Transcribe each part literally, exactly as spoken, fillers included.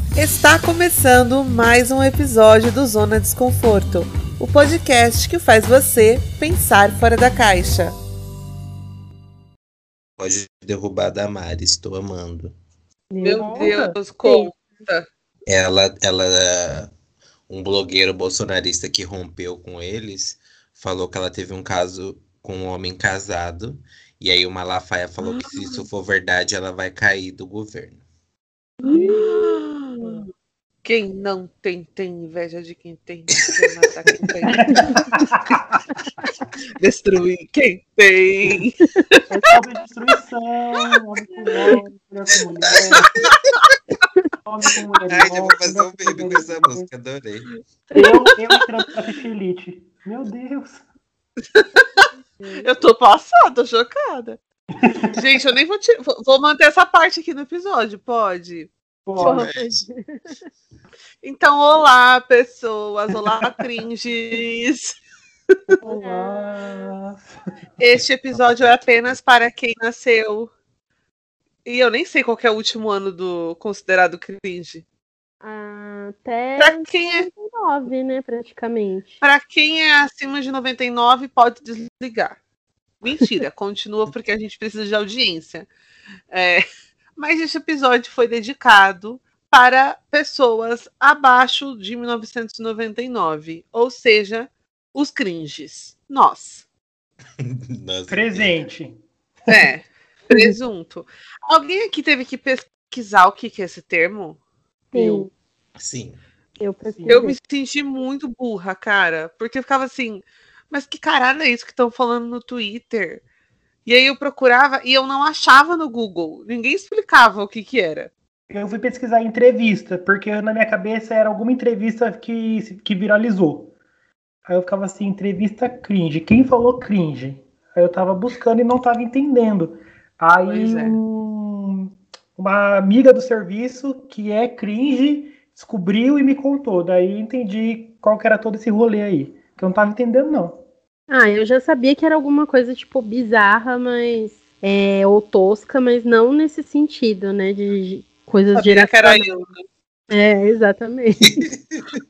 Está começando mais um episódio do Zona Desconforto, o podcast que faz você pensar fora da caixa. Pode derrubar a Damari, estou amando. Meu Deus, conta. Ela, ela, um blogueiro bolsonarista que rompeu com eles, falou que ela teve um caso com um homem casado, e aí o Malafaia falou que se isso for verdade, ela vai cair do governo. Quem não tem, tem inveja de quem tem. Quem matar quem tem. Destruir quem tem. É sobre destruição, homem com homem, mulher com mulher. Homem com mulher. Ai, já vou fazer um meme com essa música, adorei. Eu, eu entrando pra assistir Elite. Meu Deus. Eu tô passada, chocada. Gente, eu nem vou te... Vou manter essa parte aqui no episódio, pode? Pode. Então, olá, pessoas. Olá, cringes. Olá. Este episódio é apenas para quem nasceu. E eu nem sei qual que é o último ano do considerado cringe. Até Pra quem é, noventa e nove, né, praticamente. pra quem é acima de noventa e nove, pode desligar. Mentira, continua porque a gente precisa de audiência. É, mas este episódio foi dedicado para pessoas abaixo de mil novecentos e noventa e nove, ou seja, os cringes. Nós. Nossa, Presente. É, presunto. Alguém aqui teve que pesquisar o que que é esse termo? Sim, Sim. eu preciso. Eu me senti muito burra, cara, porque eu ficava assim, mas que caralho é isso que estão falando no Twitter? E aí eu procurava e eu não achava no Google. Ninguém explicava o que que era. Eu fui pesquisar entrevista, porque na minha cabeça era alguma entrevista que, que viralizou. Aí eu ficava assim, entrevista cringe. Quem falou cringe? Aí eu tava buscando e não tava entendendo. Aí Pois é. um- uma amiga do serviço, que é cringe, descobriu e me contou. Daí eu entendi qual que era todo esse rolê aí. Que eu não tava entendendo, não. Ah, eu já sabia que era alguma coisa, tipo, bizarra, mas... É, ou tosca, mas não nesse sentido, né, de coisas Sabia que era geracionais. eu. É, exatamente.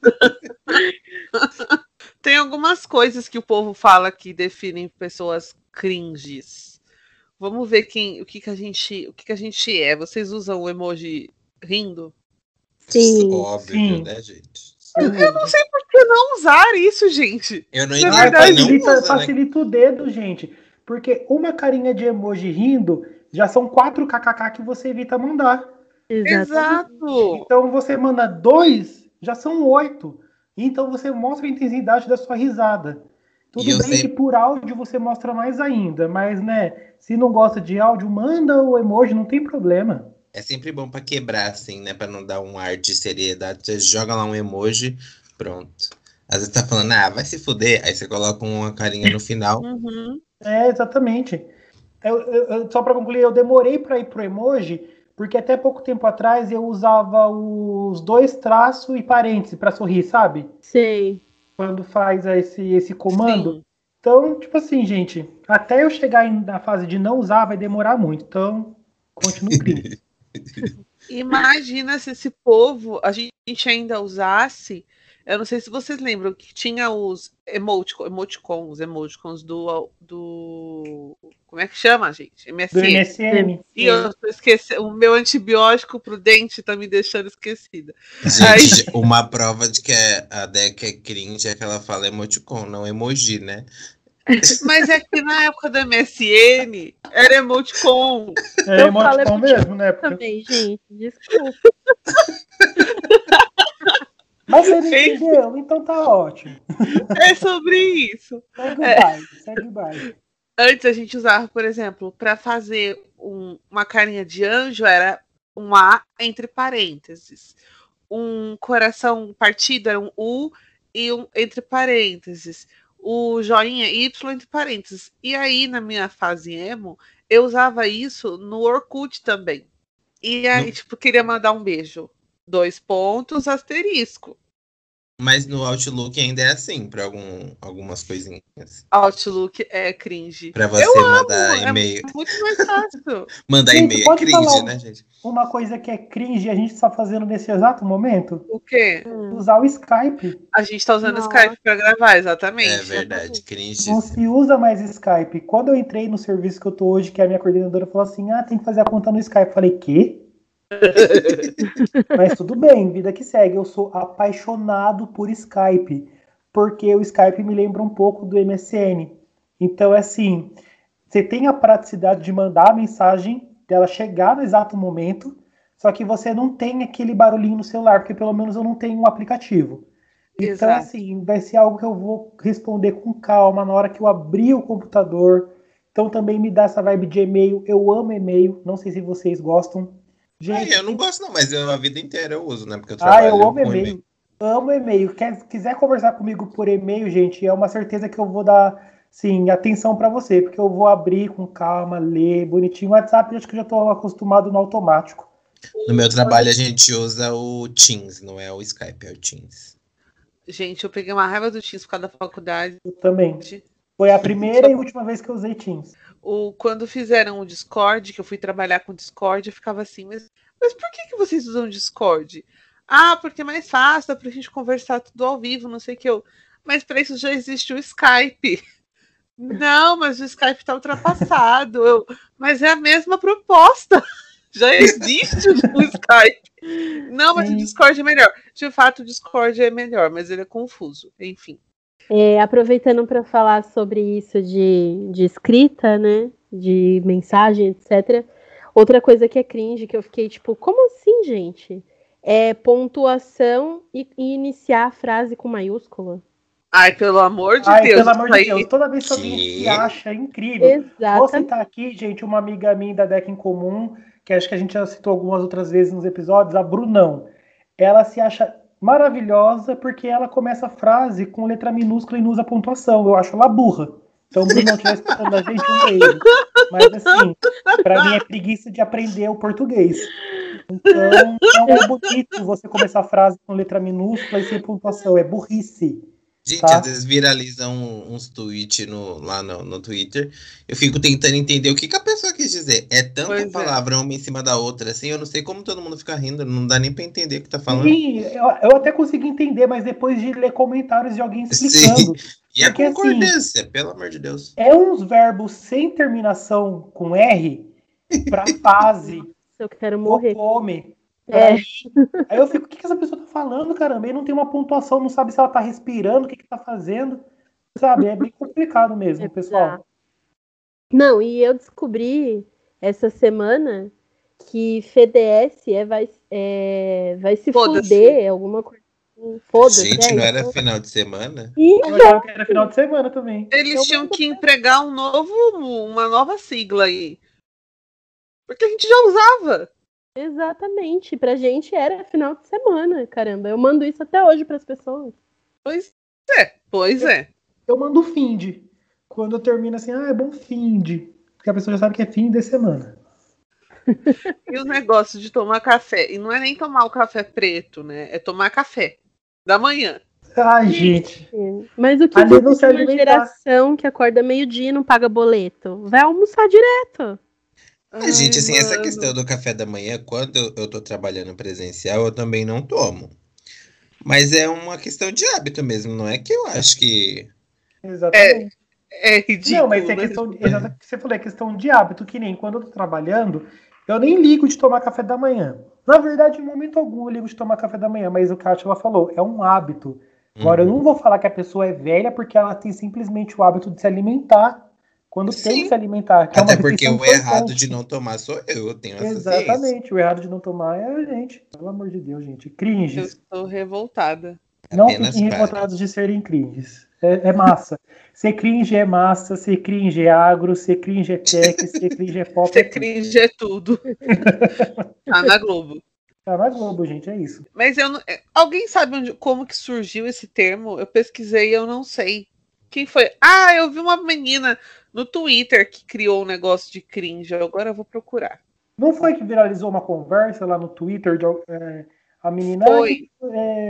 Tem algumas coisas que o povo fala que definem pessoas cringes. Vamos ver quem, o que que a gente, o que que a gente é. Vocês usam o emoji rindo? Sim. Óbvio, Sim. né, gente? Eu não sei por que não usar isso, gente. Eu não Isso é entendo, Ah, verdade. mas não facilita, usa, né? facilita o dedo, gente. Porque uma carinha de emoji rindo já são quatro kkk que você evita mandar. Exatamente. Exato. Então você manda dois, já são oito. Então você mostra a intensidade da sua risada. Tudo E eu bem sei- que por áudio você mostra mais ainda, mas né, se não gosta de áudio, manda o emoji, não tem problema. É sempre bom pra quebrar, assim, né? Pra não dar um ar de seriedade. Você joga lá um emoji, pronto. Às vezes tá falando, ah, vai se fuder. Aí você coloca uma carinha no final. Uhum. É, exatamente. Eu- eu- eu- só para concluir, eu demorei para ir pro emoji, porque até pouco tempo atrás eu usava os dois traços e parênteses para sorrir, sabe? Sei. Quando faz esse, esse comando. Sim. Então, tipo assim, gente, até eu chegar em- na fase de não usar vai demorar muito. Então, continue cringe. Imagina se esse povo a gente ainda usasse. Eu não sei se vocês lembram que tinha os emoticons, emoticons, emoticons do, do. Como é que chama, gente? Do M S N. M S N. E eu tô esquecendo. O meu antibiótico pro dente tá me deixando esquecida. Gente, uma prova de que a Deca é cringe é que ela fala emoticon, não emoji, né? Mas é que na época do M S N era emoticon. É Eu falo emoticon mesmo, né? Porque- Também, gente. Desculpa. Mas você não entendeu? Então tá ótimo. É sobre isso. Segue o É. baile, segue o baile. Antes a gente usava, por exemplo, para fazer um- uma carinha de anjo era um A entre parênteses. Um coração partido era um U e um entre parênteses. O joinha Y entre parênteses. E aí, na minha fase emo, eu usava isso no Orkut também. E aí, No- tipo, queria mandar um beijo. Dois pontos, asterisco. Mas no Outlook ainda é assim, pra algum, algumas coisinhas. Outlook é cringe. Pra você Eu mandar amo, e-mail. é muito mais fácil. Mandar Gente, e-mail é pode cringe, falar um- né, gente? Uma coisa que é cringe e a gente está fazendo nesse exato momento, O quê? usar o Skype. A gente tá usando Nossa. Skype pra gravar, É exatamente. verdade, Não cringe. se usa mais Skype. Quando eu entrei no serviço que eu tô hoje, que a minha coordenadora falou assim, ah, tem que fazer a conta no Skype. Eu falei, quê? Mas tudo bem, vida que segue. Eu sou apaixonado por Skype, porque o Skype me lembra um pouco do M S N. Então, assim, você tem a praticidade de mandar a mensagem, dela chegar no exato momento, só que você não tem aquele barulhinho no celular, porque pelo menos eu não tenho um aplicativo. Então, Exato. assim, vai ser algo que eu vou responder com calma na hora que eu abrir o computador. Então, também me dá essa vibe de e-mail. Eu amo e-mail. Não sei se vocês gostam. Gente, É, eu não gosto não, mas eu, a vida inteira eu uso, né? Porque eu ah, trabalho eu amo com e-mail. e-mail. Amo e-mail. Quer, quiser conversar comigo por e-mail, gente, é uma certeza que eu vou dar, sim, atenção para você, porque eu vou abrir com calma, ler bonitinho. O WhatsApp, acho que eu já estou acostumado no automático. No meu trabalho a gente usa o Teams, não é o Skype, é o Teams. Gente, eu peguei uma raiva do Teams por causa da faculdade. Eu também. Foi a primeira e última vez que eu usei Teams. O, quando fizeram o Discord, que eu fui trabalhar com o Discord, eu ficava assim, mas, mas por que, que vocês usam o Discord? Ah, porque é mais fácil, dá pra gente conversar tudo ao vivo, não sei o que eu. Mas para isso já existe o Skype. Não, mas o Skype tá ultrapassado. Eu, mas é a mesma proposta. Já existe o Skype. Não, mas Sim. o Discord é melhor. De fato, o Discord é melhor, mas ele é confuso. Enfim. É, aproveitando para falar sobre isso de, de escrita, né? De mensagem, etcétera. Outra coisa que é cringe, que eu fiquei tipo, como assim, gente? É pontuação e, e iniciar a frase com maiúscula. Ai, pelo amor de Ai, Deus. pelo amor isso de aí- Deus, toda vez que alguém Que? se acha incrível. Vou Exatamente. citar aqui, gente, uma amiga minha da Deck em Comum, que acho que a gente já citou algumas outras vezes nos episódios, a Brunão. Ela se acha maravilhosa porque ela começa a frase com letra minúscula e não usa pontuação. Eu acho ela burra. Então, Brunão, estiver escutando a gente, um beijo. Mas, assim, pra mim é preguiça de aprender o português. Então, não é bonito você começar a frase com letra minúscula e sem pontuação. É burrice. Gente, Tá. às vezes viralizam uns tweets no, lá no, no Twitter. Eu fico tentando entender o que, que a pessoa quis dizer. É tanta Pois é. palavra uma em cima da outra, assim, eu não sei como todo mundo fica rindo, não dá nem pra entender o que tá falando. Sim, eu, eu até consegui entender, mas depois de ler comentários de alguém explicando. E a Porque, assim, concordância, pelo amor de Deus. É uns verbos sem terminação com R pra fase, Eu quero ou morrer. come. É. Aí, aí eu fico, o que, que essa pessoa tá falando, caramba? E não tem uma pontuação, não sabe se ela tá respirando, o que, que tá fazendo. Sabe, é bem complicado mesmo, É pessoal. bizarro. Não, e eu descobri essa semana que F D S é, vai, é, vai se Foda-se. fuder, alguma coisa assim. Foda-se. Gente, é não isso. era final de semana? E Eu achava que era final de semana também. Eles Eu tinham mando que empregar um novo, uma nova sigla aí. Porque a gente já usava. exatamente, pra gente era final de semana, caramba. Eu mando isso até hoje pras pessoas. Pois é, pois é. Eu mando finde. Quando eu termino assim, ah, é bom finde. Porque a pessoa já sabe que é fim de semana. E o negócio de tomar café. E não é nem tomar o café preto, né? É tomar café. Da manhã. Ai, gente. Mas o que Ali diz não de se uma alimentar. geração que acorda meio-dia e não paga boleto? Vai almoçar direto. É, gente, assim, essa mano. questão do café da manhã, quando eu, eu tô trabalhando presencial, eu também não tomo. Mas é uma questão de hábito mesmo, não é que eu acho que... Exatamente. É ridículo. Não, mas é né? questão, exatamente o que você falou, é questão de hábito, que nem quando eu tô trabalhando, eu nem ligo de tomar café da manhã. Na verdade, em momento algum eu ligo de tomar café da manhã, mas o que a Átila falou, é um hábito. Agora, eu Uhum. não vou falar que a pessoa é velha porque ela tem simplesmente o hábito de se alimentar quando tem Sim. que se alimentar. Que é uma Até porque refeição o errado importante. de não tomar sou eu, eu tenho essa ciência. Exatamente, o errado de não tomar é a gente. Pelo amor de Deus, gente. Eu Cringes. estou revoltada. Não Apenas fiquem pare. revoltados de serem cringes. É, é massa. Ser cringe é massa, ser cringe é agro, ser cringe é tech, ser cringe é pop. Ser É tudo. cringe é tudo. Tá na Globo. Tá na Globo, gente, é isso. Mas eu não... é, alguém sabe onde, como que surgiu esse termo? Eu pesquisei e eu não sei. Quem foi? Ah, eu vi uma menina no Twitter que criou um negócio de cringe. Agora eu vou procurar. Não foi que viralizou uma conversa lá no Twitter de al- é, a menina Foi. é,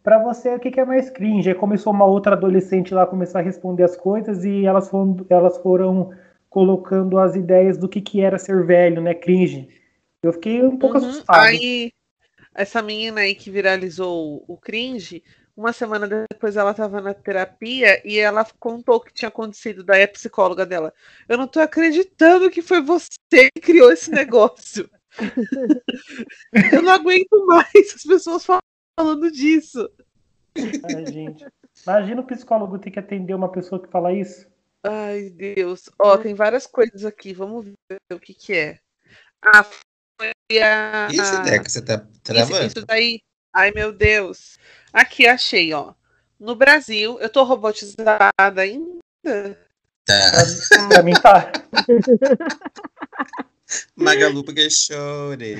Pra você, o que, que é mais cringe? Aí começou uma outra adolescente lá começar a responder as coisas e elas foram, elas foram colocando as ideias do que, que era ser velho, né? Cringe. Eu fiquei um pouco Uhum. assustado. Aí, essa menina aí que viralizou o cringe, uma semana depois ela tava na terapia e ela contou o que tinha acontecido, daí a psicóloga dela. Eu não tô acreditando que foi você que criou esse negócio. Eu não aguento mais as pessoas falando disso. Ai, gente. Imagina o psicólogo ter que atender uma pessoa que fala isso. Ai, Deus. Ó, tem várias coisas aqui. Vamos ver o que que é. Ah, foi a... Esse Deca, você tá Isso, travando? isso daí. Ai, meu Deus. Aqui, achei, ó. No Brasil, eu tô robotizada ainda? Tá. Pra, pra mim tá. Magalu porque chore.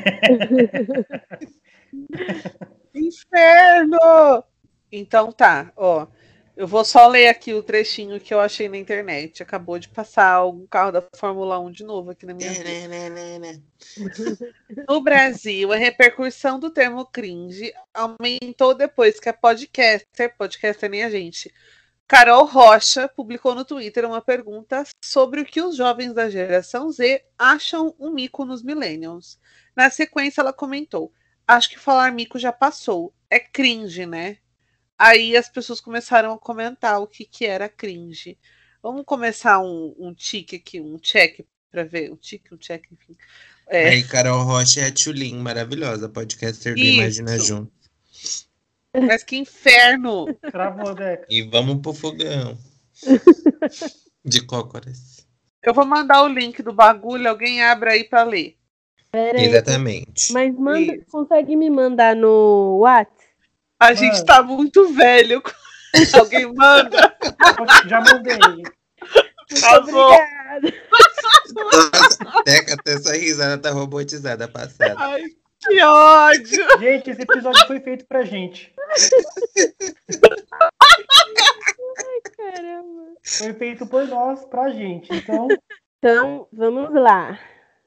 Inferno! Então tá, ó. Eu vou só ler aqui o trechinho que eu achei na internet. Acabou de passar um carro da Fórmula um de novo aqui na minha vida. No Brasil, a repercussão do termo cringe aumentou depois que a podcaster, podcaster nem a gente, Carol Rocha, publicou no Twitter uma pergunta sobre o que os jovens da geração Z acham um mico nos millennials. Na sequência, ela comentou: acho que falar mico já passou. É cringe, né? Aí as pessoas começaram a comentar o que, que era cringe. Vamos começar um, um tique aqui, um check para ver. Um tique, um check, enfim. É, Aí, Carol Rocha é a Tchulin, maravilhosa, podcaster do Isso. Imagina Junto. mas que inferno! Travou, Deca. E vamos pro fogão. De cócoras. Eu vou mandar o link do bagulho, alguém abre aí para ler. Pera aí. Exatamente. Mas manda, Isso. consegue me mandar no WhatsApp? A gente Mano. tá muito velho. Alguém manda? Já mandei. Muito Tá bom. obrigada. Nossa, Deca, até essa risada tá robotizada, passada. Ai, que ódio! Gente, esse episódio foi feito pra gente. Caramba. Foi feito por nós, pra gente. Então, Então, vamos lá.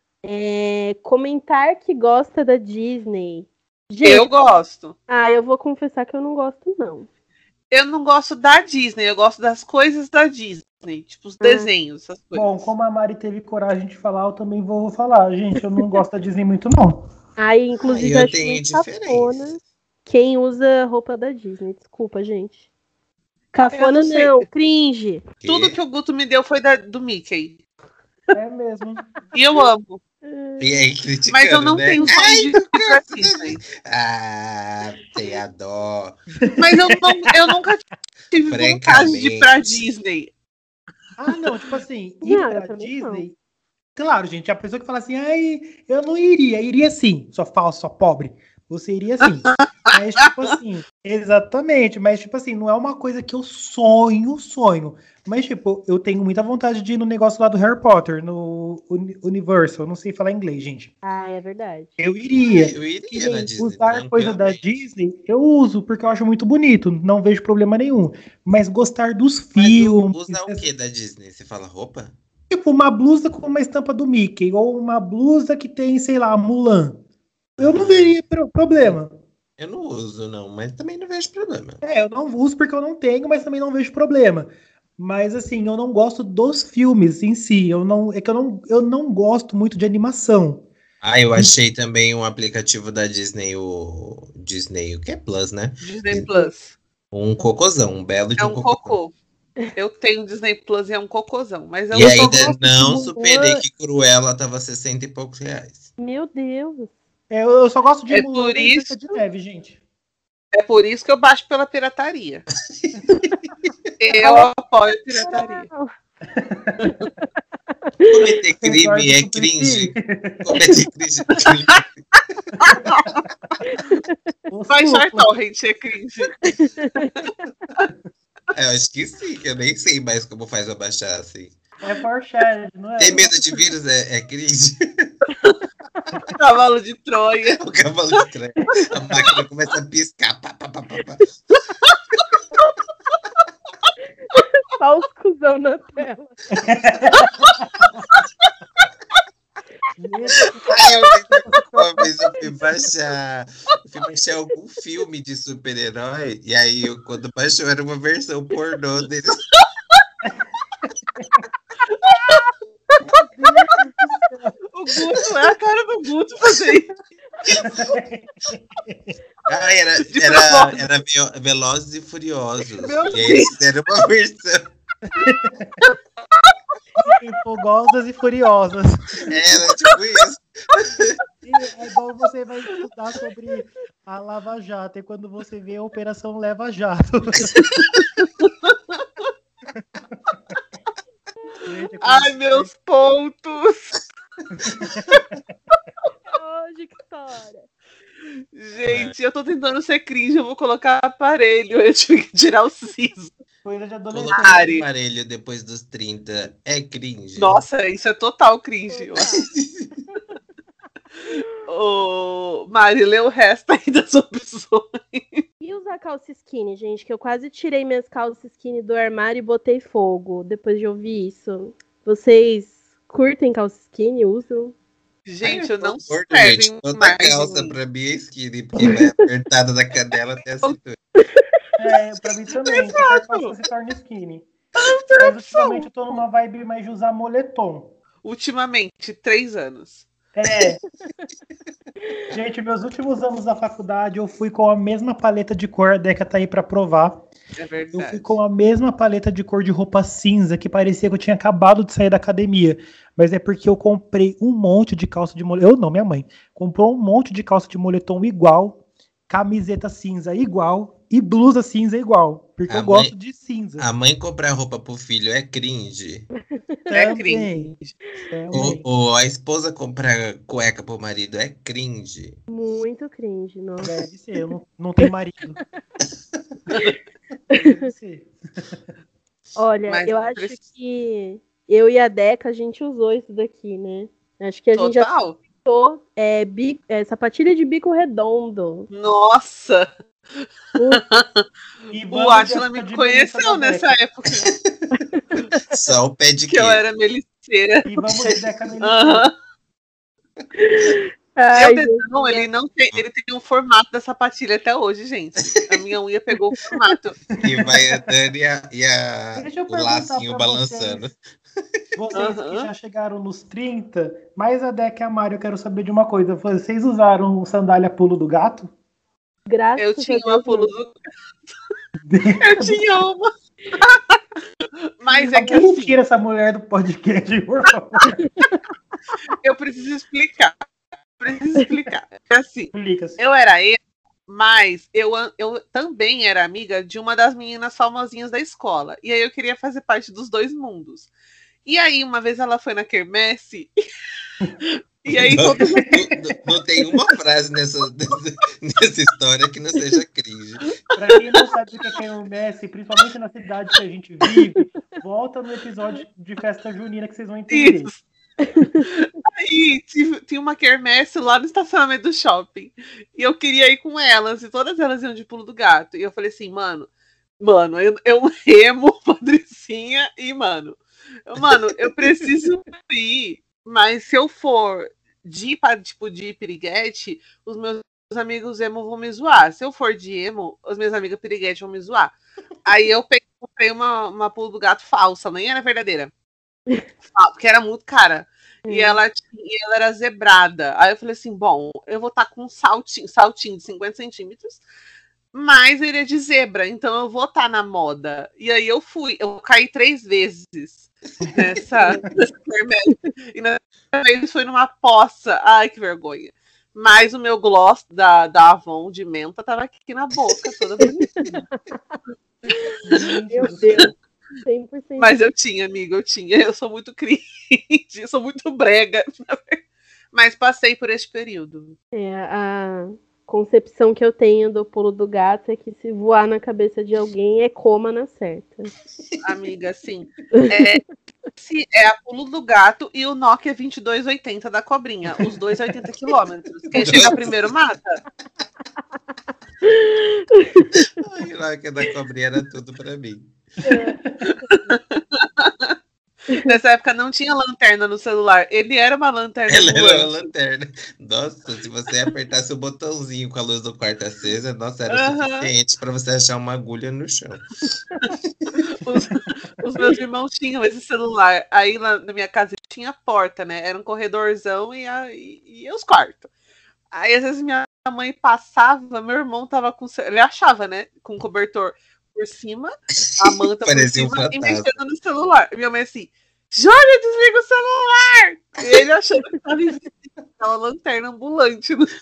É, comentar que gosta da Disney. Gente, Eu gosto. ah, eu vou confessar que eu não gosto, não. Eu não gosto da Disney, eu gosto das coisas da Disney. Tipo os desenhos, essas coisas. bom, como a Mari teve coragem de falar, eu também vou falar. Gente, eu não gosto da Disney muito, não. Aí, inclusive, Ah, eu acho tenho muito diferença. cafona quem usa roupa da Disney. Desculpa, gente. Cafona Eu não sei. não, cringe. Tudo que o Guto me deu foi da- do Mickey. É mesmo. E eu amo. E aí, criticando, Mas eu não né? tenho sonho de pra Disney. Ah, tem a dó. Mas eu, não, eu nunca tive vontade de ir pra Francamente. Disney. Ah, não, tipo assim, ir Não, eu pra também Disney. Claro, gente, a pessoa que fala assim, ai, eu não iria, iria sim, sua falsa, sua pobre. Você iria sim. Mas, tipo assim, exatamente, mas, tipo assim, não é uma coisa que eu sonho, sonho. Mas, tipo, eu tenho muita vontade de ir no negócio lá do Harry Potter, no Uni- Universal, não sei falar inglês, gente. Ah, é verdade. Eu iria. Eu iria E, na gente, Disney. usar coisa da tranquilamente. Disney, eu uso, porque eu acho muito bonito, não vejo problema nenhum. Mas gostar dos Mas filmes, usa o que da Disney? Você fala roupa? tipo uma blusa com uma estampa do Mickey, ou uma blusa que tem, sei lá, Mulan. Eu não veria pro- problema. Eu não uso, não, mas também não vejo problema. É, eu não uso porque eu não tenho, mas também não vejo problema. Mas assim, eu não gosto dos filmes em si. Eu não, é que eu não, eu não gosto muito de animação. Ah, eu achei também um aplicativo da Disney, o Disney, o que é Plus, né? Disney Plus. Um cocôzão, um belo de É um, um cocô. cocô. Eu tenho Disney Plus e é um cocôzão. Mas eu E só ainda gosto não de superei Mulan. que Cruella tava sessenta e poucos reais. Meu Deus. É, eu, eu só gosto de É Mulan por e Branca isso- de Neve, gente. É por isso que eu baixo pela pirataria. Eu apoio a pirataria. Não. Cometer crime Eduardo é Suplicy. cringe. Cometer crime é crime. Ô, Baixar Supla, torrent é cringe. É, eu acho que sim, que eu nem sei mais como faz pra baixar assim. É Porsche, não é? Tem medo de vírus é, é cringe. Cavalo de Troia. O cavalo de trem. A máquina começa a piscar. Pá, pá, pá, pá, pá. Só os cuzão na tela. Aí eu lembro que uma vez eu fui baixar, eu fui baixar algum filme de super-herói, e aí eu, quando baixou era uma versão pornô deles. O Guto, é a cara do Guto fazer isso. Ah, era, De era, propósito. era Ve- Velozes e Furiosos. Meu E aí eles fizeram uma versão. Fogosas e furiosas. Era tipo isso. É igual você vai estudar sobre a Lava Jato, é quando você vê a Operação Leva Jato. Gente, é como- Ai, meus pontos. Hoje, que história. Gente, eu tô tentando ser cringe, eu vou colocar aparelho. Eu tive que tirar o siso. Coisa de adolescente. Colocar Ari. um aparelho depois dos trinta é cringe. Nossa, isso é total cringe. eu acho. Ô, Mari, lê o resto aí das opções. E usar calça skinny, gente, que eu quase tirei minhas calças skinny do armário e botei fogo depois de ouvir isso. Vocês curtem calça skinny? Usam? Gente, eu não Gordo, servem gente, toda mais em calça mim. pra mim é skinny, porque vai apertada da canela até a cintura. É, pra mim também. Qualquer calça se torna skinny. Mas ultimamente eu tô numa vibe mais de usar moletom. Ultimamente, três anos. É. Gente, meus últimos anos da faculdade eu fui com a mesma paleta de cor, a Deca tá aí pra provar. É Eu verdade. fui com a mesma paleta de cor de roupa cinza, que parecia que eu tinha acabado de sair da academia. Mas é porque eu comprei um monte de calça de moletom. Eu não, minha mãe. Comprou um monte de calça de moletom igual, camiseta cinza igual e blusa cinza igual. Porque A eu mãe- gosto de cinza. A mãe comprar roupa pro filho é cringe. É Também. Também. Ou, ou a esposa comprar cueca pro marido é cringe. Muito cringe, nossa. Deve ser, eu não, não tenho marido. Deve ser. Olha, Mas eu não acho precisa- que eu e a Deca, a gente usou isso daqui, né? Acho que a gente já Total. usou é, bi- é, sapatilha de bico redondo. Nossa, E o vamos Atila dessa me de conheceu Melissa da nessa Deca. época Só o pé de que eu queijo. era meliceira. E vamos de Deca Melissa. Aham. Ai, Meu dedão, gente, ele não tem, ele tem um formato da sapatilha até hoje, gente. A minha unha pegou o formato. E vai andando e, a, e a- Deixa eu o perguntar lacinho pra balançando. Vocês, vocês que Aham. já chegaram nos trinta, mais a Deca e a Mari, eu quero saber de uma coisa. Vocês usaram sandália pulo do gato? graças Eu a tinha Deus, uma pulo não. do... Eu tinha uma. Mas é que Alguém assim, tira essa mulher do podcast, por favor. eu preciso explicar. Preciso explicar. É assim, Explica-se. eu era eu, mas eu, an- eu também era amiga de uma das meninas famosinhas da escola. E aí eu queria fazer parte dos dois mundos. E aí, uma vez ela foi na quermesse. E aí, Não, todo mundo. não- não tem uma frase nessa, nessa história que não seja cringe. Pra quem não sabe o que é quermesse, principalmente na cidade que a gente vive, volta no episódio de festa junina que vocês vão entender. Isso. Aí tive- tinha uma quermesse lá no estacionamento do shopping. E eu queria ir com elas. E todas elas iam de pulo do gato. E eu falei assim, mano, mano, eu, eu remo, Patricinha e, mano, eu, mano, eu preciso ir. Mas se eu for de, pa- tipo, de piriguete, os meus amigos emo vão me zoar. Se eu for de emo, os meus amigos piriguete vão me zoar. Aí eu peguei, comprei uma, uma pulo do gato falsa, nem era verdadeira. Fa- Porque era muito cara. E ela, tinha- e ela era zebrada. Aí eu falei assim: bom, eu vou estar com um saltinho, saltinho de cinquenta centímetros, mas ele é de zebra, então eu vou estar na moda. E aí eu fui, eu caí três vezes nessa, nessa quermesse. E na primeira vez foi numa poça. Ai, que vergonha. Mas o meu gloss da, da Avon de menta tava aqui na boca, toda bonitinha. Meu Deus. cem por cento. Mas eu tinha, amigo, eu tinha. Eu sou muito cringe, eu sou muito brega. Mas passei por esse período. É, a concepção que eu tenho do pulo do gato é que se voar na cabeça de alguém é coma na certa. Amiga, assim. É, se é a pulo do gato e o Nokia vinte e dois oitenta da cobrinha. Os dois a oitenta quilômetros. Quem chegar primeiro mata. Ai, lá que é da cobrinha era tudo pra mim. Nessa época não tinha lanterna no celular. Ele era uma lanterna Ela era uma ambulante. lanterna. Nossa, se você apertasse o botãozinho com a luz do quarto acesa, nossa, era Aham. suficiente pra você achar uma agulha no chão. Os, os meus irmãos tinham esse celular. Aí lá na minha casa tinha porta, né? Era um corredorzão e, a, e, e os quartos. Aí às vezes minha mãe passava, meu irmão tava com. ce- Ele achava, né? Com cobertor por cima, a manta por Parecia um cima e fantasma. mexendo no celular. E minha mãe assim, Júlia, desliga o celular! E ele achando que tava existindo aquela lanterna ambulante no,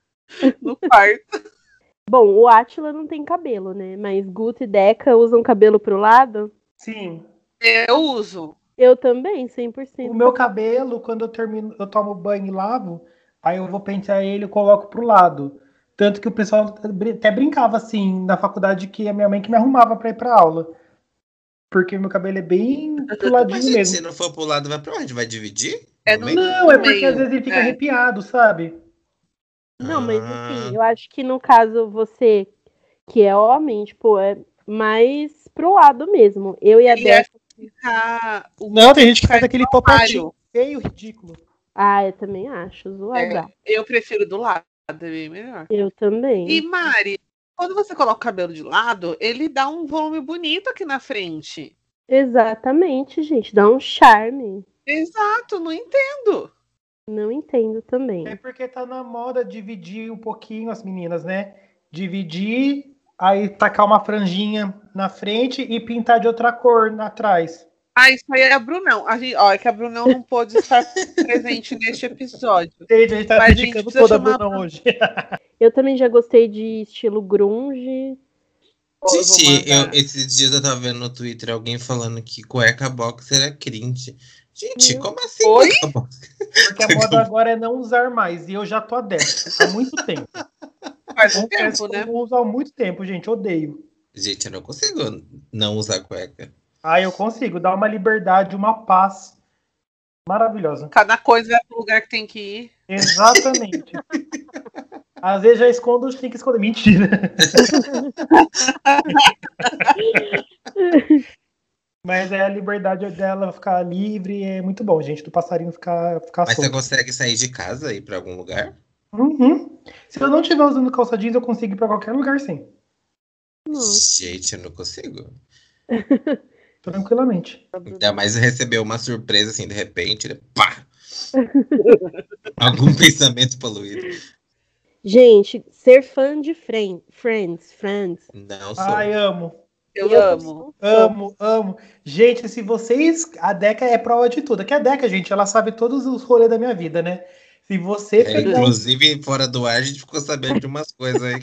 no quarto. Bom, o Átila não tem cabelo, né? Mas Guto e Deca usam cabelo pro lado. Sim. Eu uso. Eu também, cem por cento. O meu cabelo, quando eu termino, eu tomo banho e lavo, aí eu vou pentear ele e coloco pro lado. Tanto que o pessoal até brincava assim na faculdade que a minha mãe que me arrumava pra ir pra aula. Porque meu cabelo é bem pro ladinho Mas, gente, mesmo. se não for pro lado, vai pra onde? Vai dividir? É No no meio? Não, é porque meio. às vezes ele fica É. arrepiado, sabe? Não, mas Ah. assim, eu acho que no caso você, que é homem, tipo, é mais pro lado mesmo. Eu e a Ele é Deca. ficar. o Não, tem gente que faz faz aquele armário. popatinho feio, ridículo. Ah, eu também acho, zoada. É, eu prefiro do lado, é bem melhor. Eu também. E Mari, quando você coloca o cabelo de lado, ele dá um volume bonito aqui na frente. Exatamente, gente. Dá um charme. Exato, não entendo. Não entendo também. É porque tá na moda dividir um pouquinho as meninas, né? Dividir, aí tacar uma franjinha na frente e pintar de outra cor atrás. Ah, isso aí é a Brunão. A gente, ó, é que a Brunão não pôde estar presente neste episódio. Gente, a gente tá Mas a gente dedicando precisa toda a chamar Brunão hoje. Eu também já gostei de estilo grunge. Pô, eu vou Gente, eu, mandar. esses dias eu tava vendo no Twitter alguém falando que cueca boxer é cringe. Gente, Meu. como assim Oi? cueca boxer? Porque a moda agora é não usar mais. E eu já tô adepto há muito tempo. Faz um Confesso tempo, que eu né? não uso há muito tempo, gente. Odeio. Gente, eu não consigo não usar cueca. Ah, eu consigo. Dar uma liberdade, uma paz maravilhosa. Cada coisa vai pro lugar que tem que ir. Exatamente. Às vezes já escondo onde tem que esconder. Mentira. Mas é a liberdade dela ficar livre, é muito bom, gente, do passarinho ficar, ficar Mas você solto. consegue sair de casa e ir pra algum lugar? Uhum. Se eu não estiver usando calça jeans, eu consigo ir pra qualquer lugar sim. Nossa. Gente, eu não consigo. Tranquilamente. Ainda mais receber uma surpresa assim, de repente, né? Pá! Algum pensamento poluído. Gente, ser fã de Friend, Friends, Friends. Não sou. Ai, amo. Eu, Eu amo. Amo, amo. Gente, se vocês. A Deca é prova de tudo. Que a Deca, gente, ela sabe todos os rolês da minha vida, né? Se você É, pegar. inclusive, fora do ar, a gente ficou sabendo de umas coisas aí.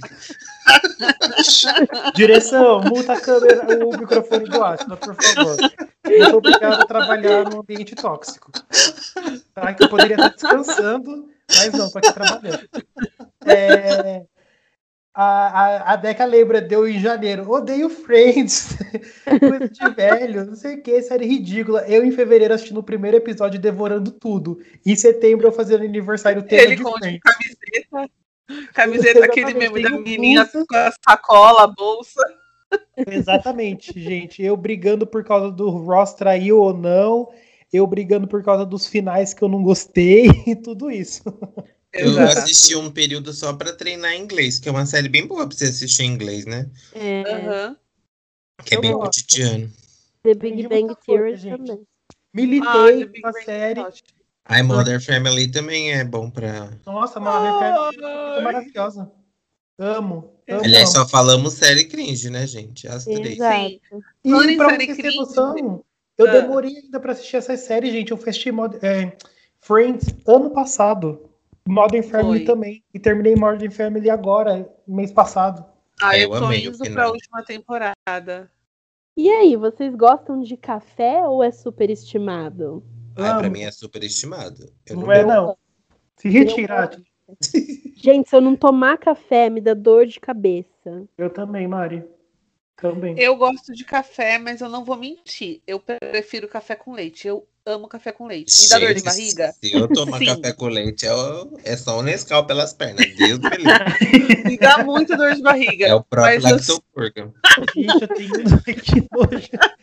Direção, muta a câmera, o microfone do Átila, por favor. Eu sou obrigado a trabalhar num ambiente tóxico. Tá? Que eu poderia estar descansando, mas não, tô aqui trabalhando. É, a, a, a Deca lembra, deu em janeiro. Odeio Friends. Coisa de velho, não sei o que, série ridícula. Eu, em fevereiro, assistindo o primeiro episódio, devorando tudo. Em setembro, eu fazendo aniversário tema Ele de com de Friends. camiseta. Camiseta, aquele Exatamente, meme da tem um menininha pulso. com a sacola, a bolsa. Exatamente, gente. Eu brigando por causa do Ross traiu ou não. Eu brigando por causa dos finais que eu não gostei e tudo isso. Eu Exato. assisti um período só pra treinar inglês, que é uma série bem boa pra você assistir em inglês, né? É, Aham. Que é Eu bem gosto. cotidiano. The Aprendi Big Bang muita coisa, Theory gente. também. Ah, Militei The Big com a Bang série. Theory. A Mother Family também é bom pra. Nossa, Mother Family é maravilhosa. Amo, amo, Aliás, amo. só falamos série cringe, né, gente? As três. Exato. Falando E em pra série vocês terem cringe, noção, eu ah. demorei ainda pra assistir essa série, gente. Eu assisti Mod- é, Friends ano passado. Modern Family Foi. também. E terminei Modern Family agora, mês passado. Ah, Eu eu tô amei o indo pra final. última temporada. E aí, vocês gostam de café ou é superestimado? Ah, pra Amo. mim é super estimado. Eu Não é, gosto. não. Se retirar. Gente, se eu não tomar café, me dá dor de cabeça. Eu também, Mari. Também. Eu gosto de café, mas eu não vou mentir. Eu prefiro café com leite. Eu amo café com leite. Me dá dor de Gente, barriga? Se eu tomar Sim. café com leite, é, o- é só um Nescau pelas pernas. Deus me livre. Me dá muita dor de barriga. É o próprio Mas eu- Lactopurga. Gente, eu tenho que nojo.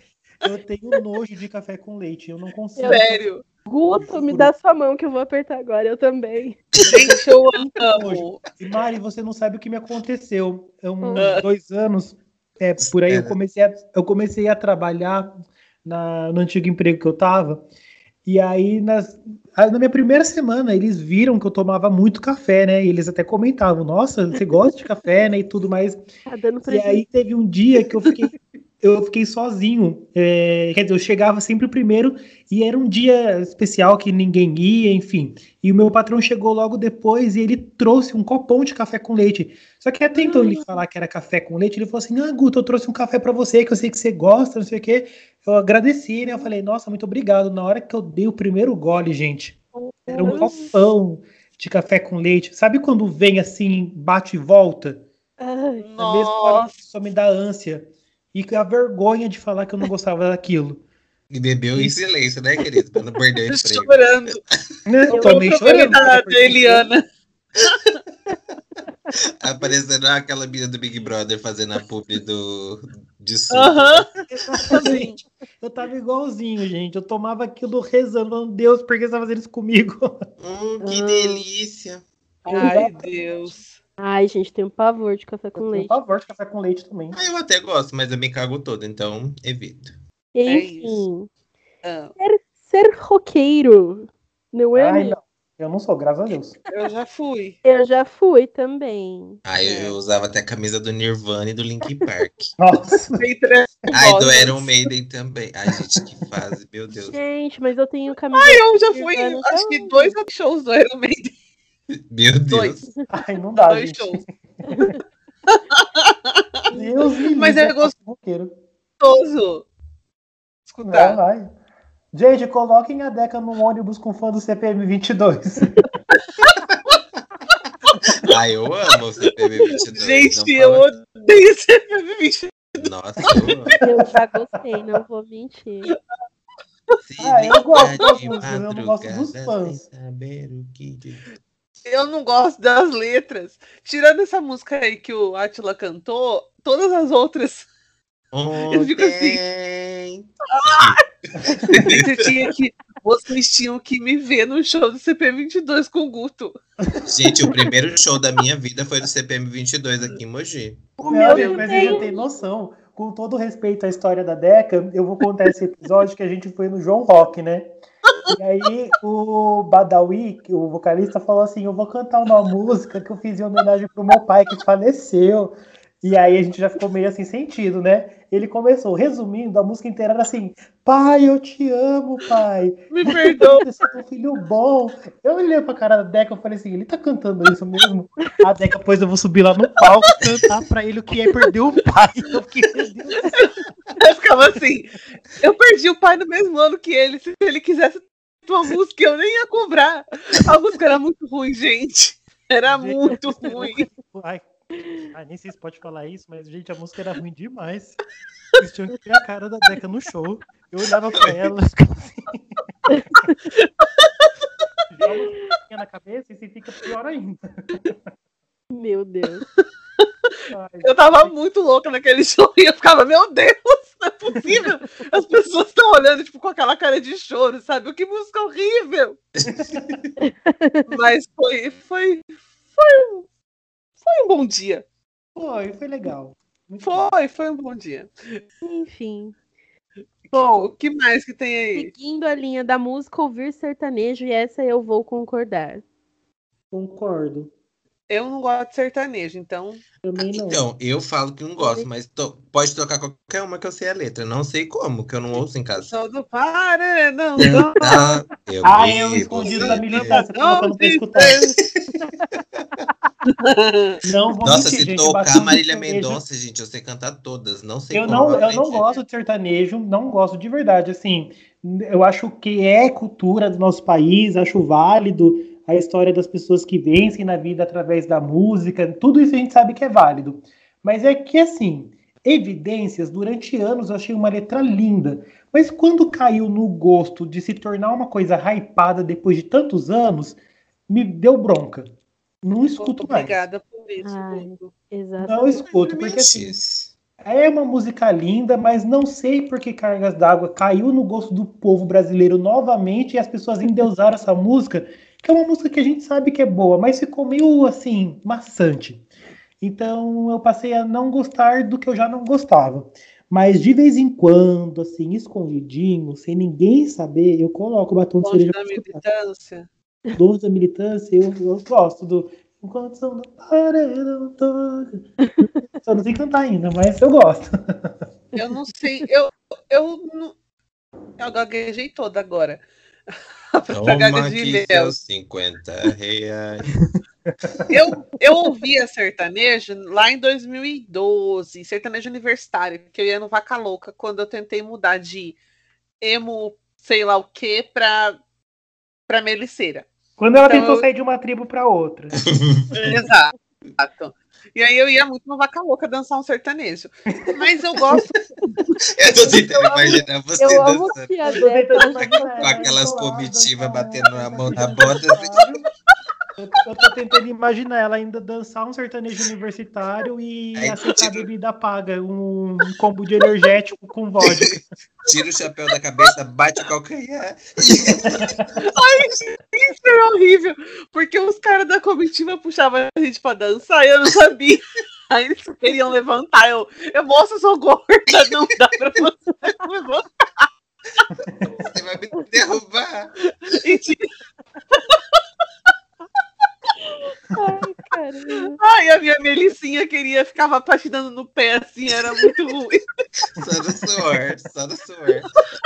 Eu tenho nojo de café com leite. Eu não consigo. Sério. Guto, me dá sua mão que eu vou apertar agora, eu também. Gente, eu amo. Nojo. E Mari, você não sabe o que me aconteceu. Há uns Ah. dois anos, é, por aí eu comecei a, eu comecei a trabalhar na, no antigo emprego que eu tava. E aí, nas, aí, na minha primeira semana, eles viram que eu tomava muito café, né? E eles até comentavam, nossa, você gosta de café, né? E tudo mais. Tá dando E prejuízo. aí teve um dia que eu fiquei, eu fiquei sozinho. É, quer dizer, eu chegava sempre primeiro e era um dia especial que ninguém ia, enfim. E o meu patrão chegou logo depois e ele trouxe um copão de café com leite. Só que até então ele falar que era café com leite, ele falou assim, ah, Guto, eu trouxe um café pra você, que eu sei que você gosta, não sei o quê. Eu agradeci, né? Eu falei, nossa, muito obrigado. Na hora que eu dei o primeiro gole, gente, era um copão de café com leite. Sabe quando vem assim, bate e volta? Ai, Na mesma hora Nossa. que só me dá ânsia. E a vergonha de falar que eu não gostava daquilo. E bebeu em silêncio, né, querido? Pra não perder o emprego. Chorando. Né? Eu Tomei Tô chorando. da, né? da Eliana. Aparecendo aquela menina do Big Brother fazendo a publi do, de suco. Aham. Exatamente. Eu tava igualzinho, gente. Eu tomava aquilo rezando, falando, Deus, por que você tá fazendo isso comigo? Hum, que Ah. delícia. Ai, Deus. Ai, gente, tenho pavor de café com Eu tenho leite. pavor de café com leite também. Ah, eu até gosto, mas eu me cago todo, então evito. É Enfim, Ah, ser roqueiro, não é? Ai, meu? não. Eu não sou, graças a Deus. eu já fui. Eu já fui também. Ah, eu, É. eu usava até a camisa do Nirvana e do Linkin Park. Nossa. Bem trevosa. Ai, do Iron Maiden também. Ai, gente, que fase, meu Deus. Gente, mas eu tenho camisa. Eu já fui, Nirvana acho até que hoje. dois shows do Iron Maiden. Meu Deus. Dois. Ai, não dá, Dois gente. shows. Deus me Mas livre, é gostoso. roqueiro. Gostoso. Não, Escutar. vai. Gente, coloquem a Deca num ônibus com fã do C P M vinte e dois. Ai, eu amo o C P M vinte e dois. Gente, não eu fala- odeio C P M vinte. Nossa, eu amo. Eu já gostei, não vou mentir. Se Ah, eu gosto ligar das de músicas, eu não gosto dos madrugada fãs. sem saber o que dizer. Eu não gosto das letras. Tirando essa música aí que o Átila cantou, todas as outras. Eu fico assim. Ontem. Você tinha que, vocês tinham que me ver no show do C P M vinte e dois com o Guto. Gente, o primeiro show da minha vida foi do C P M vinte e dois aqui em Mogi. O Não, meu gente, mas você também. já tem noção. Com todo respeito à história da Deca, eu vou contar esse episódio que a gente foi no João Rock, né? E aí o Badawi, que o vocalista, falou assim, eu vou cantar uma música que eu fiz em homenagem pro meu pai que faleceu. E aí a gente já ficou meio assim sentido, né? Ele começou, resumindo, a música inteira era assim, pai, eu te amo, pai. Me perdoa. Você é um filho bom. Eu olhei pra cara da Deca e falei assim, ele tá cantando isso mesmo? A Deca, depois eu vou subir lá no palco e cantar pra ele o que é perder o pai. Eu fiquei, meu Deus do céu. Eu ficava assim. Eu perdi o pai no mesmo ano que ele. Se ele quisesse uma música, eu nem ia cobrar. A música era muito ruim, gente. Era Gente, muito eu- ruim. Ai, ai, nem sei se pode falar isso, mas, gente, a música era ruim demais. Vocês tinham que ver a cara da Deca no show. Eu olhava pra ela e ficava assim. Joga uma coisinha na cabeça e você fica pior ainda. Meu Deus. Ai, Eu tava muito louca naquele show e eu ficava, meu Deus, não é possível. As pessoas estão olhando, tipo, com aquela cara de choro, sabe? Que música horrível. Mas foi, foi, foi, um, foi um bom dia. foi, foi legal. Muito bom. Foi, foi um bom dia. Enfim. Bom, o que mais que tem aí? Seguindo a linha da música, ouvir sertanejo, e essa eu vou concordar. Concordo. Eu não gosto de sertanejo, então. Também não. Então, eu falo que não gosto, mas to- pode tocar qualquer uma que eu sei a letra. Não sei como, que eu não ouço em casa. Todo paredão. não. Cantar, eu Ah, vi eu escondido você da militância, Não, colocando pra sim, escutar. Não vou Nossa, mentir, se gente. tocar bastante Marília sertanejo. Mendonça, gente, eu sei cantar todas. Não sei Eu como. não, eu realmente. não gosto de sertanejo, não gosto de verdade. Assim, eu acho que é cultura do nosso país, acho válido a história das pessoas que vencem na vida através da música, tudo isso a gente sabe que é válido. Mas é que, assim, Evidências, durante anos eu achei uma letra linda, mas quando caiu no gosto de se tornar uma coisa hypada depois de tantos anos, me deu bronca. Não escuto mais. Obrigada por isso, Ai. Guto. Exato. Não escuto, porque Realmente, assim, É uma música linda, mas não sei por que Cargas d'Água caiu no gosto do povo brasileiro novamente e as pessoas endeusaram essa música, que é uma música que a gente sabe que é boa, mas ficou meio assim, maçante. Então eu passei a não gostar do que eu já não gostava. Mas de vez em quando, assim, escondidinho, sem ninguém saber, eu coloco o batom de Longe cereja da pra escutar. militância. Longe da militância, eu, eu gosto do. Enquanto são do paredão toca. Só não sei cantar ainda, mas eu gosto. Eu não sei, eu, eu, não, eu gaguejei toda agora. Pra gaga Toma de aqui Léo. seus cinquenta reais. Eu, eu ouvia sertanejo lá em dois mil e doze, sertanejo universitário, que eu ia no Vaca Louca, quando eu tentei mudar de emo, sei lá o que, pra, pra Meliceira. Quando ela Então tentou eu- sair de uma tribo pra outra. Exato. E aí eu ia muito no Vaca Louca dançar um sertanejo. Mas eu gosto. Eu tô tentando imaginar você Eu amo dançando que a Eu tô tentando Deca imaginar com ela aquelas indo lá, comitivas dançar batendo um na mão sertanejo da bota. universitário. Eu, eu tô tentando imaginar ela ainda dançar um sertanejo universitário e Aí aceitar tira- bebida paga, um combo de energético com vodka. Tira o chapéu da cabeça, bate o calcanhar. Isso é horrível, porque os caras da comitiva puxavam a gente pra dançar e eu não sabia. Aí eles queriam levantar. Eu, eu moço, eu sou gorda, não dá pra você levantar. Você vai me derrubar. E tinha- Ai, caramba. Ai, a minha Melicinha queria, ficava patinando no pé assim, era muito ruim. Só no suor, só no suor.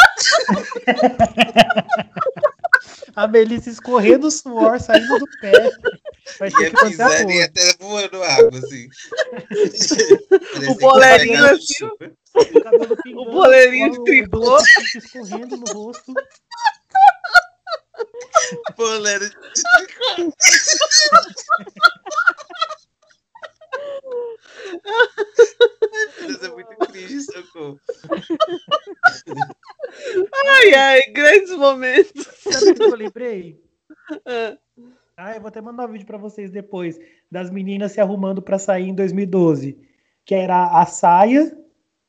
A Melissa escorrendo o suor, saindo do pé. Vai ter Ia que fazer pisando e amor. até voando água, assim. O boleirinho Parecendo assim, O cabelo pingando, O boleirinho de o tricô. doce escorrendo no rosto. boleiro de tricô. Ai, meu Deus, é muito cringe, socorro. ai, ai, grandes momentos. Sabe o que eu lembrei? Ah, Ah, eu vou até mandar um vídeo pra vocês depois das meninas se arrumando pra sair em dois mil e doze. Que era a saia,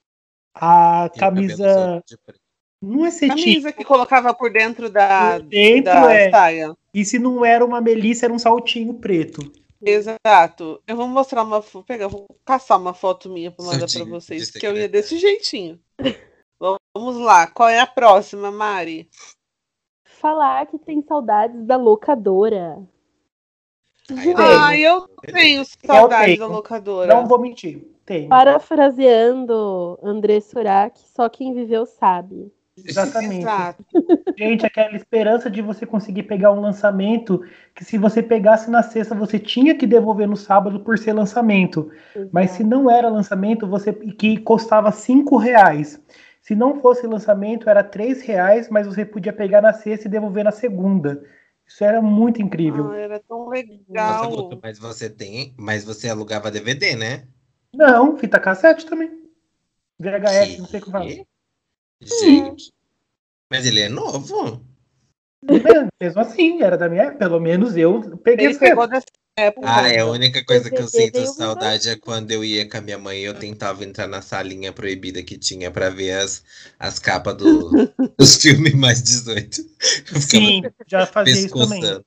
a E o cabelo camisa. solto de preto. Não é cetim. Camisa que colocava por dentro da, Por dentro, da é. saia. E se não era uma Melissa, era um saltinho preto. Exato. Eu vou mostrar uma foto, pegar, vou caçar uma foto minha pra mandar pra Certinho, vocês, de porque eu ia secretária. desse jeitinho. Vamos lá, qual é a próxima, Mari? Falar que tem saudades da locadora. Ai, Ah, eu tenho saudades tenho. da locadora. Não vou mentir. Tem. Parafraseando André Surak, só quem viveu sabe. Exatamente. Exato. Gente, aquela esperança de você conseguir pegar um lançamento que se você pegasse na sexta, você tinha que devolver no sábado por ser lançamento. Mas se não era lançamento, você que custava cinco reais. Se não fosse lançamento, era três reais, mas você podia pegar na sexta e devolver na segunda. Isso era muito incrível. Ah, era tão Nossa, legal. Guto, mas você tem, mas você alugava D V D, né? Não, fita cassete também. V H S, Que? não sei o que fala. Gente. Mas ele é novo. Mesmo, mesmo assim, era da minha época. Pelo menos eu peguei Ele essa pegou época. dessa época. Ah, é a única coisa que eu D V D sinto veio saudade é quando eu ia com a minha mãe e eu tentava entrar na salinha proibida que tinha pra ver as, as capas do, dos filmes mais dezoito. Eu ficava Sim, já fazia isso também. pescoçando.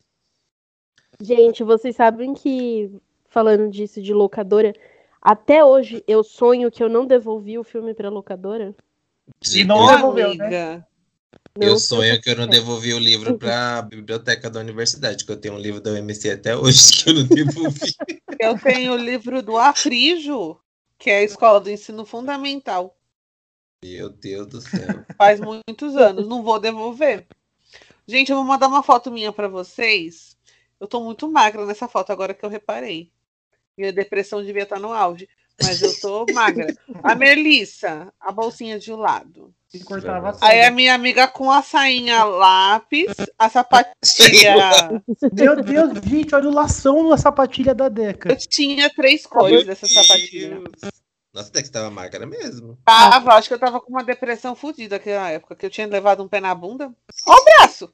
Gente, vocês sabem que, falando disso de locadora, até hoje eu sonho que eu não devolvi o filme pra locadora. E não Ô, eu, devolveu, né? amiga. Não eu sei sonho o que eu não é. devolvi o livro pra biblioteca da universidade, que eu tenho um livro da U M C até hoje que eu não devolvi. Eu tenho o livro do Afrijo, que é a Escola do Ensino Fundamental. Meu Deus do céu. Faz muitos anos. Não vou devolver. Gente, eu vou mandar uma foto minha pra vocês. Eu tô muito magra nessa foto agora que eu reparei. Minha depressão devia estar no auge. Mas eu tô magra. A Melissa, a bolsinha de um lado. E cortava Aí a tudo. minha amiga com a sainha lápis, a sapatilha. Meu Deus, gente, olha o lação na sapatilha da Deca. Eu tinha três cores dessa sapatilha. Nossa, até que você tava magra mesmo. Tava, acho que eu tava com uma depressão fodida naquela época, que eu tinha levado um pé na bunda. Ó o braço!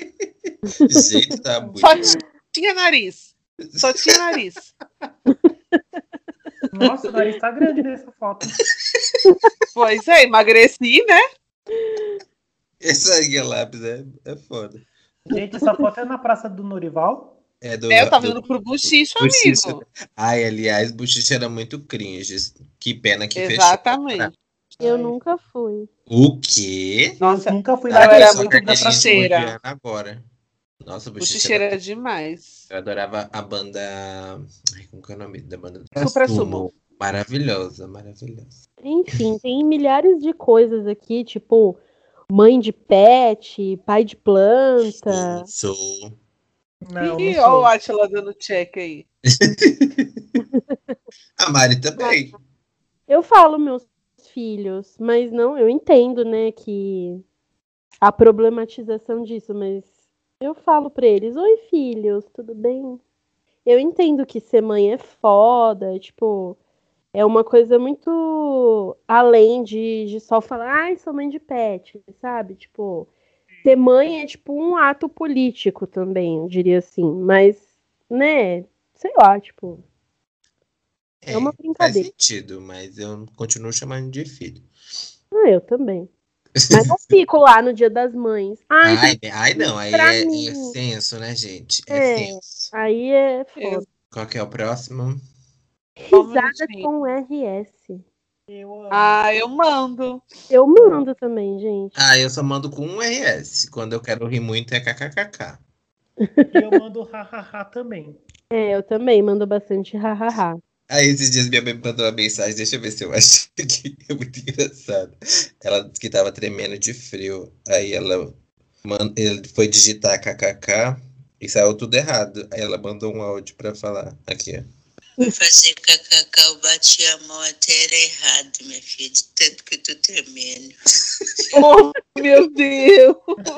Gente, tá muito. Só tinha nariz. Só tinha nariz. Nossa, o nariz tá grande nessa foto. Pois é, emagreci, né? Essa Guia Lápis é, é foda. Gente, essa foto é na Praça do Norival? É do, É, eu tava do indo pro Buchicho, Buchicho. amigo. Ai, aliás, Buchicho era muito cringe. Que pena que Exatamente. Eu Ai. nunca fui. fechou. O quê? Nossa, eu nunca fui eu lá. era Só muito carteirinha de buchicheira. Indiana agora. Nossa, Buchicho Buchicho era... era demais. Eu adorava a banda... Ai, como que é o nome da banda? Supra Sumo. Maravilhosa, maravilhosa. Enfim, tem milhares de coisas aqui, tipo mãe de pet, pai de planta. Sim, sou. Não, Ih, não ó o sou. Atila dando check aí. A Mari também. Eu falo meus filhos, mas não, eu entendo, né, que a problematização disso, mas eu falo pra eles, oi filhos, tudo bem? Eu entendo que ser mãe é foda, tipo, é uma coisa muito além de, de só falar, ai, sou mãe de pet, sabe? Tipo, ser mãe é tipo um ato político também, eu diria assim, mas, né, sei lá, tipo, É, é uma faz brincadeira. sentido, mas eu continuo chamando de filho. Ah, eu também. Mas não fico lá no Dia das Mães. Ai, Ai, tem ai não, aí pra é, mim. é senso, né, gente? É, É. senso. Aí é Eu- foda. Qual que é o próximo? Só um Risada minutinho. com R S. Eu amo. Ah, eu mando. Eu mando também, gente. Ah, eu só mando com um R S. Quando eu quero rir muito é kkkk. E eu mando hahaha também. É, eu também mando bastante hahaha. Aí esses dias minha mãe me mandou uma mensagem, deixa eu ver se eu acho que é muito engraçado. Ela disse que tava tremendo de frio. Aí ela man- ele foi digitar kkk e saiu tudo errado. Aí ela mandou um áudio pra falar. Aqui, ó. Fui fazer kkk, eu bati a mão até era errado, minha filha, de tanto que eu tô tremendo. Oh, meu Deus.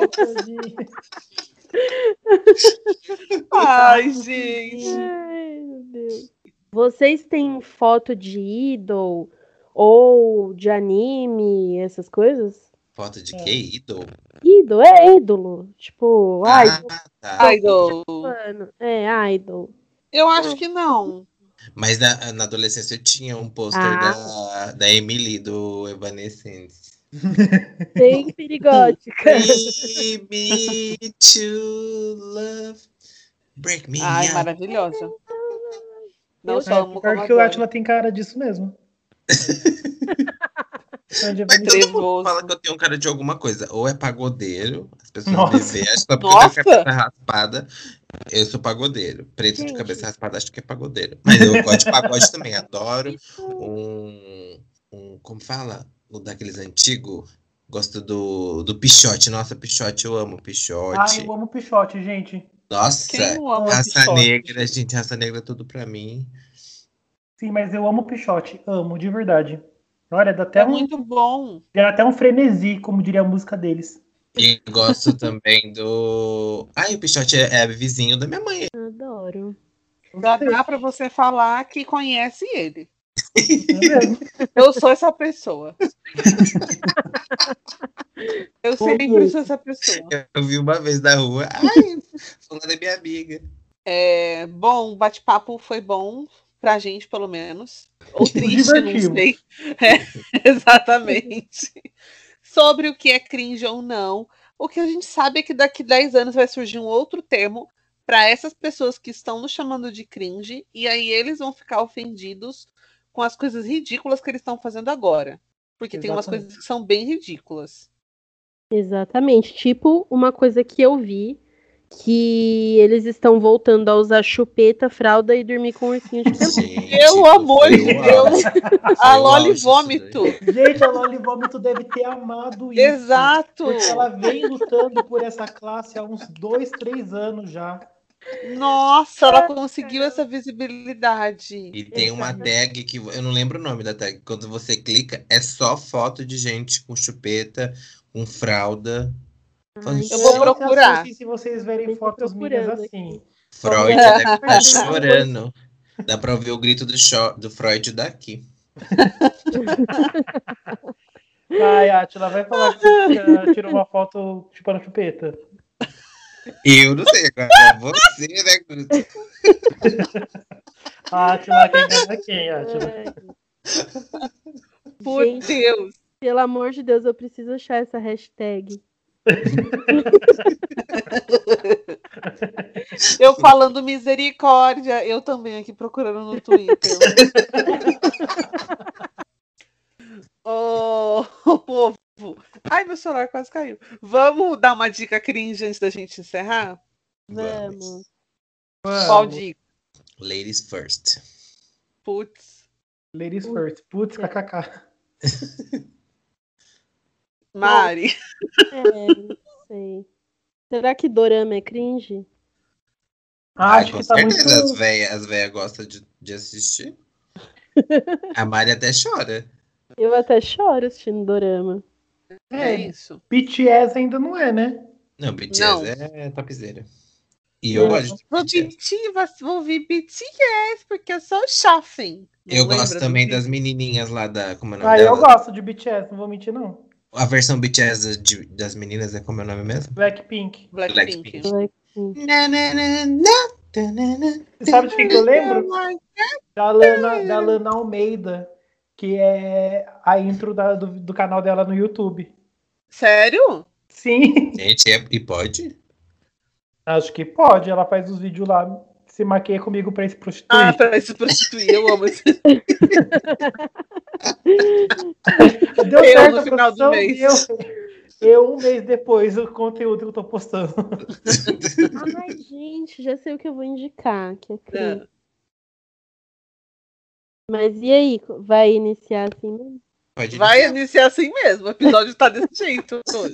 Ai, gente. Ai, meu Deus. Vocês têm foto de idol ou de anime, essas coisas? Foto de É. que? Idol? Idol, é ídolo. Tipo, Ah, idol. tá. Idol. Mano, é, idol. Eu acho que não. Mas na, na adolescência eu tinha um pôster Ah. da, da Emily, do Evanescence. Bem perigótica. Free me to love. Break me Ai, up. maravilhosa. Não Eu só É, amo pior como que o adoro. Atila tem cara disso mesmo. Onde Mas todo mundo Trevoso. fala que eu tenho cara de alguma coisa. Ou é pagodeiro, as pessoas Nossa. me veem, acham que só porque eu tenho a Nossa. cabeça raspada, eu sou pagodeiro. Preto de Gente. cabeça raspada, acho que é pagodeiro. Mas eu gosto de pagode também, adoro um, um. Como fala? O daqueles antigos. Gosto do, do Pichote. Nossa, Pichote, eu amo Ah, Pichote. eu amo Pichote, gente. Nossa, Quem não ama raça Pichote? negra, gente, raça negra é tudo pra mim. Sim, mas eu amo Pichote. Amo, de verdade. Olha, dá até É um, muito bom. dá até um frenesi, como diria a música deles. E gosto também do. Ai, o Pichote é, é vizinho da minha mãe. Adoro. Já dá pra você falar que conhece ele. É mesmo? Eu sou essa pessoa. Eu Ô, sempre moço. sou essa pessoa. Eu vi uma vez na rua. Ai, fulano é minha amiga. É, bom, o bate-papo foi bom pra gente, pelo menos. Ou triste, não divertimos. sei. É, exatamente. Sobre o que é cringe ou não. O que a gente sabe é que daqui dez anos vai surgir um outro termo para essas pessoas que estão nos chamando de cringe, e aí eles vão ficar ofendidos com as coisas ridículas que eles estão fazendo agora. Porque tem umas Exatamente. coisas que são bem ridículas. Exatamente. Tipo, uma coisa que eu vi, que eles estão voltando a usar chupeta, fralda e dormir com ursinho de pelúcia. Gente, Pelo amor foi de o Deus! auge. A Foi o Loli auge disso vômito! daí. Gente, a Loli Vômito deve ter amado isso. Exato! Porque ela vem lutando por essa classe há uns dois, três anos já. Nossa, ela conseguiu essa visibilidade. E tem uma tag que eu não lembro o nome da tag. Quando você clica, é só foto de gente com chupeta, com fralda. Ai, Eu vou Não procurar. se assustem se vocês verem Eu tô fotos minhas procurando assim. Freud Só deve estar chorando. Dá pra ouvir o grito do, cho- do Freud daqui. Ai, Atila, vai falar que você tirou uma foto chupando chupeta. Eu não sei, agora é você, né, Guto? A Atila quem ganha quem, Atila? Ai. Por Gente, Deus. pelo amor de Deus, eu preciso achar essa hashtag. Eu falando misericórdia, eu também aqui procurando no Twitter. Ô, oh, povo. Ai, meu celular quase caiu. Vamos dar uma dica cringe antes da gente encerrar? Vamos. Qual dica? Ladies first. Putz. Ladies first. Putz, É. kkk. Mari. É, não sei. Será que dorama é cringe? Ah, acho com que tá certeza muito. as velhas as véia gostam de, de assistir. A Mari até chora. Eu até choro assistindo dorama. É É, isso. B T S ainda não é, né? Não, B T S Não. é topzera. E eu Não. gosto de Vou B T S. pedir, vou ouvir B T S, porque eu sou shopping. Não Eu lembra gosto do também vídeo? das menininhas lá da... Como é o nome Ah, eu delas? gosto de B T S, não vou mentir, não. A versão B T S de- das meninas é como é o nome mesmo? Blackpink. Blackpink. Blackpink. Na, na, na, na, ta, na, na. Você sabe de quem que eu lembro? Da Lana, da Lana Almeida, que é a intro da- do, do canal dela no YouTube. Sério? Sim, Gente, é, e pode? acho que pode. Ela faz os vídeos lá, se maquia comigo pra se prostituir. Ah, pra se prostituir, eu amo esse. Deu eu certo no a final do produção, mês. Eu, eu um mês depois, o conteúdo que eu tô postando. Ai, gente, já sei o que eu vou indicar, que é cringe. É. Mas e aí, vai iniciar assim mesmo? Pode Vai iniciar. iniciar assim mesmo. O episódio tá desse jeito hoje.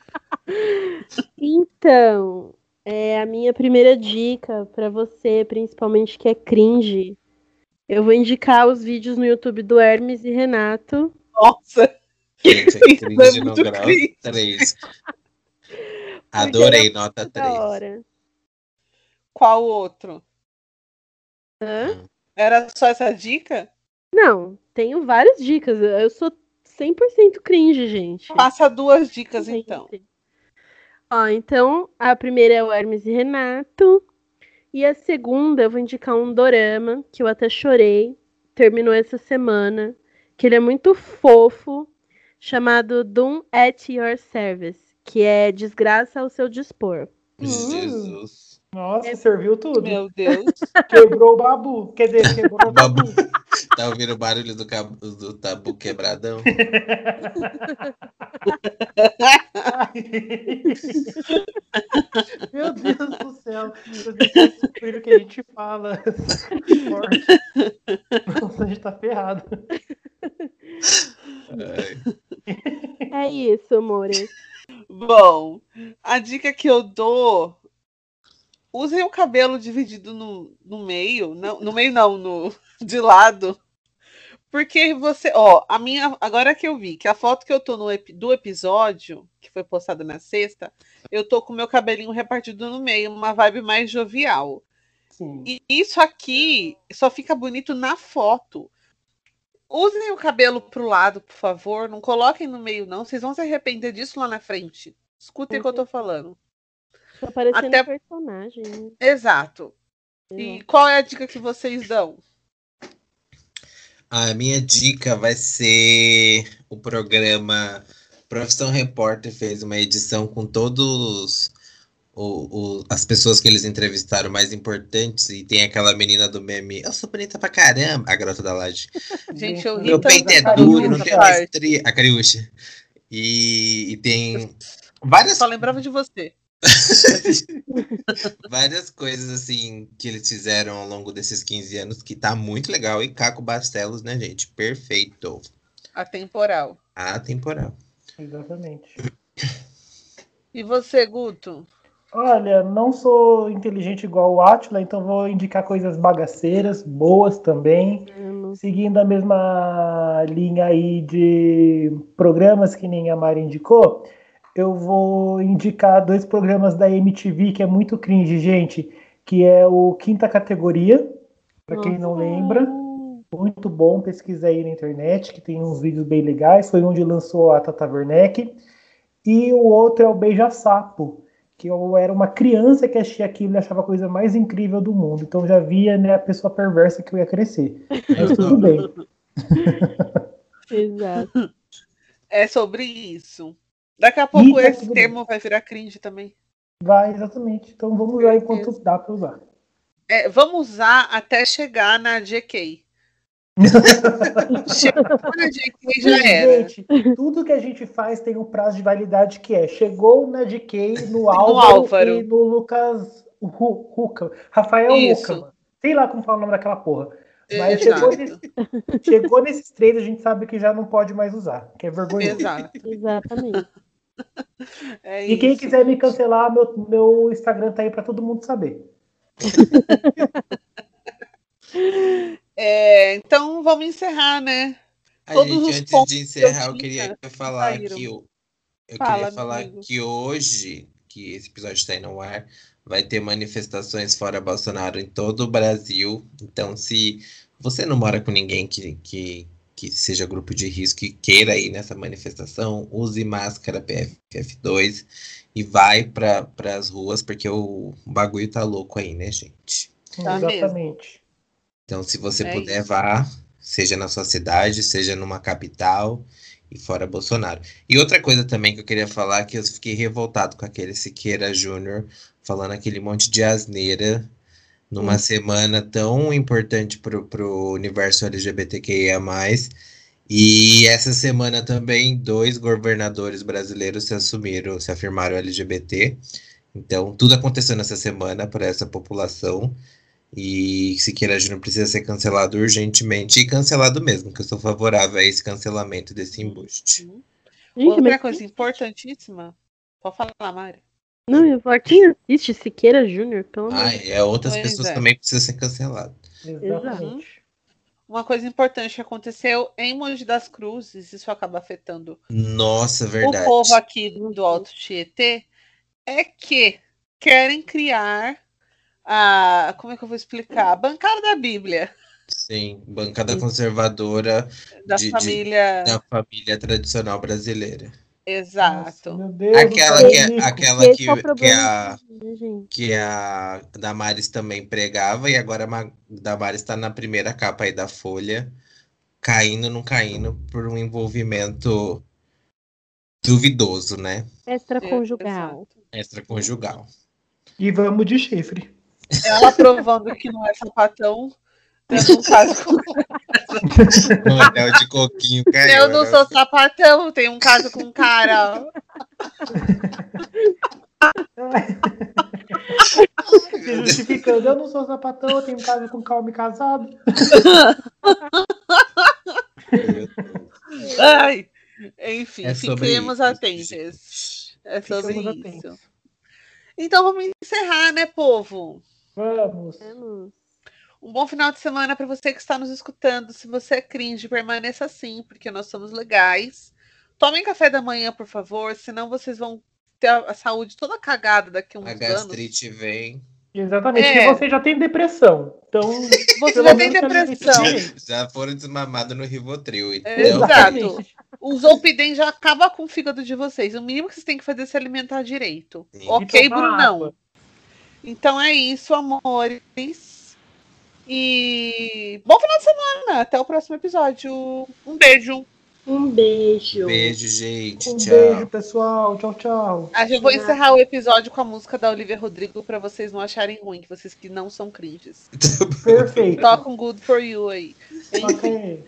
Então, é a minha primeira dica pra você, principalmente que é cringe. Eu vou indicar os vídeos no YouTube do Hermes e Renato. Nossa, Gente, Isso é cringe no muito grau cringe. três. Porque Adorei, é nota Da três. hora. qual outro? Hã? Era só essa dica? Não, tenho várias dicas. Eu sou cem por cento cringe, gente. Passa duas dicas então. Ó, então, a primeira é o Hermes e Renato. E a segunda, eu vou indicar um dorama, que eu até chorei. Terminou essa semana. Que ele é muito fofo. Chamado Doom at Your Service. Que é Desgraça ao seu dispor. Jesus. Nossa, É- serviu tudo. Meu Deus. Quebrou o babu. Quer dizer, quebrou o Babu. babu. Tá ouvindo o barulho do, cabo, do tabu quebradão? Meu Deus do céu. Vocês estão descobrindo o que a gente fala. Forte. Nossa, a gente tá ferrado. Ai. É isso, amores. Bom, a dica que eu dou. Usem o cabelo dividido no, no meio. Não, no meio não, no, de lado. Porque você, ó, a minha, agora que eu vi que a foto que eu tô no epi- do episódio, que foi postada na sexta, eu tô com meu cabelinho repartido no meio, uma vibe mais jovial. Sim. E isso aqui só fica bonito na foto. Usem o cabelo pro lado, por favor, não coloquem no meio não, vocês vão se arrepender disso lá na frente. Escutem o que eu tô falando. Tá parecendo Até- um personagem. Né? Exato. E qual é a dica que vocês dão? A minha dica vai ser o programa Profissão Repórter fez uma edição com todos o, o- as pessoas que eles entrevistaram mais importantes e tem aquela menina do meme, eu sou bonita pra caramba, a garota da laje. Gente, eu ri Meu tanto peito é da duro, Cariúcha não tem parte. mais estria. A Cariúcha. E, e tem várias, Só lembrava de você. várias coisas assim que eles fizeram ao longo desses quinze anos que tá muito legal. E Caco Barcelos, né, gente? Perfeito. Atemporal. Atemporal. Exatamente. E você, Guto? Olha, não sou inteligente igual o Átila, então vou indicar coisas bagaceiras, boas também. Amo. Seguindo a mesma linha aí de programas que nem a Mari indicou, eu vou indicar dois programas da M T V que é muito cringe, gente, que é o Quinta Categoria, para quem não lembra, muito bom, pesquisa aí na internet, que tem uns vídeos bem legais, foi onde lançou a Tata Werneck. E o outro é o Beija-Sapo, que eu era uma criança que assistia aquilo e achava a coisa mais incrível do mundo. Então já via, né, a pessoa perversa que eu ia crescer. Mas tudo bem. Exato. É sobre isso. Daqui a pouco Ih, tá esse tudo termo vai virar cringe também. Vai, exatamente. Então vamos usar enquanto dá pra usar. É, vamos usar até chegar na J K. Chegou na J K já era. Gente, tudo que a gente faz tem um prazo de validade que é. Chegou na J K, no Álvaro, Álvaro. e no Lucas Hu- Huca. Rafael Isso. Huca. Sei lá como fala o nome daquela porra. Mas Exato. chegou, nesse, chegou nesses três, a gente sabe que já não pode mais usar. Que é vergonhoso. Exato. Exatamente. É E quem isso. quiser me cancelar, meu, meu Instagram tá aí pra todo mundo saber. É, então vamos encerrar, né? A Todos gente, os antes pontos de que encerrar, eu eu tinha queria falar saíram. que eu, eu Fala, queria falar amigo. que hoje, que esse episódio está indo ao ar, vai ter manifestações fora Bolsonaro em todo o Brasil. Então, se você não mora com ninguém que, que, que seja grupo de risco e queira ir nessa manifestação, use máscara P F F dois e vai para as ruas, porque o bagulho tá louco aí, né, gente? Tá Exatamente. Então, se você É puder, isso. vá, seja na sua cidade, seja numa capital e fora Bolsonaro. E outra coisa também que eu queria falar, que eu fiquei revoltado com aquele Siqueira Júnior falando aquele monte de asneira numa Hum. semana tão importante pro, pro universo L G B T Q I A mais. E essa semana também dois governadores brasileiros se assumiram, se afirmaram L G B T. Então, tudo aconteceu nessa semana para essa população. E Siqueira Júnior precisa ser cancelado urgentemente e cancelado mesmo, que eu sou favorável a esse cancelamento desse embuste. Gente, Outra mas coisa importantíssima. Pode falar, Mari. não, o Fortinho assiste Siqueira Júnior, pelo amor de Ai, é, outras Pois pessoas é. também precisam ser canceladas. Exatamente. Uma coisa importante que aconteceu em Mogi das Cruzes, isso acaba afetando Nossa, o verdade. povo aqui do Alto Tietê, é que querem criar a. Como é que eu vou explicar? A bancada da Bíblia Sim, bancada conservadora da de, de- família. da família tradicional brasileira. Exato. Nossa, meu Deus, Aquela do que, é- céu, Nico. aquela Esse que, é o que, problema, a, né, gente? que a Damares também pregava, e agora a Ma- Damares está na primeira capa aí da Folha, caindo, não caindo, por um envolvimento duvidoso, né? Extraconjugal. Extraconjugal. E vamos de chifre. Ela provando que não é sapatão, tendo um caso com. O anel de coquinho caiu. Eu não né? sou sapatão, tenho um caso com um cara. ó. Se justificando, eu não sou sapatão, eu tenho um caso com calma e casado. Ai, enfim, É sobre fiquemos isso, atentos. gente. É sobre Ficamos isso. atentos. Então vamos encerrar, né, povo? Vamos. Vamos. Um bom final de semana para você que está nos escutando. Se você é cringe, permaneça assim, porque nós somos legais. Tomem café da manhã, por favor, senão vocês vão ter a a saúde toda cagada daqui a uns A anos. gastrite vem. Exatamente, É. porque você já tem depressão. Então, Você pelo já tem menos se depressão. alimente direito. Já foram desmamados no Rivotril. Então, Exato. O Zolpidem já acaba com o fígado de vocês. O mínimo que vocês têm que fazer é se alimentar direito. Sim. Ok, E tomar Brunão? água. Então é isso, amores. E bom final de semana. Até o próximo episódio. Um beijo. Um beijo. Beijo, gente. Um Tchau. beijo, pessoal. Tchau, tchau. Ah, eu vou encerrar o episódio com a música da Olivia Rodrigo para vocês não acharem ruim, que vocês que não são cringes. Perfeito. Toca um Good For You aí. Toca aí.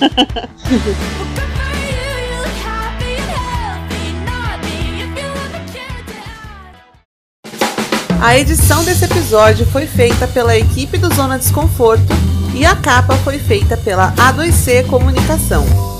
A edição desse episódio foi feita pela equipe do Zona Desconforto e a capa foi feita pela A dois C Comunicação.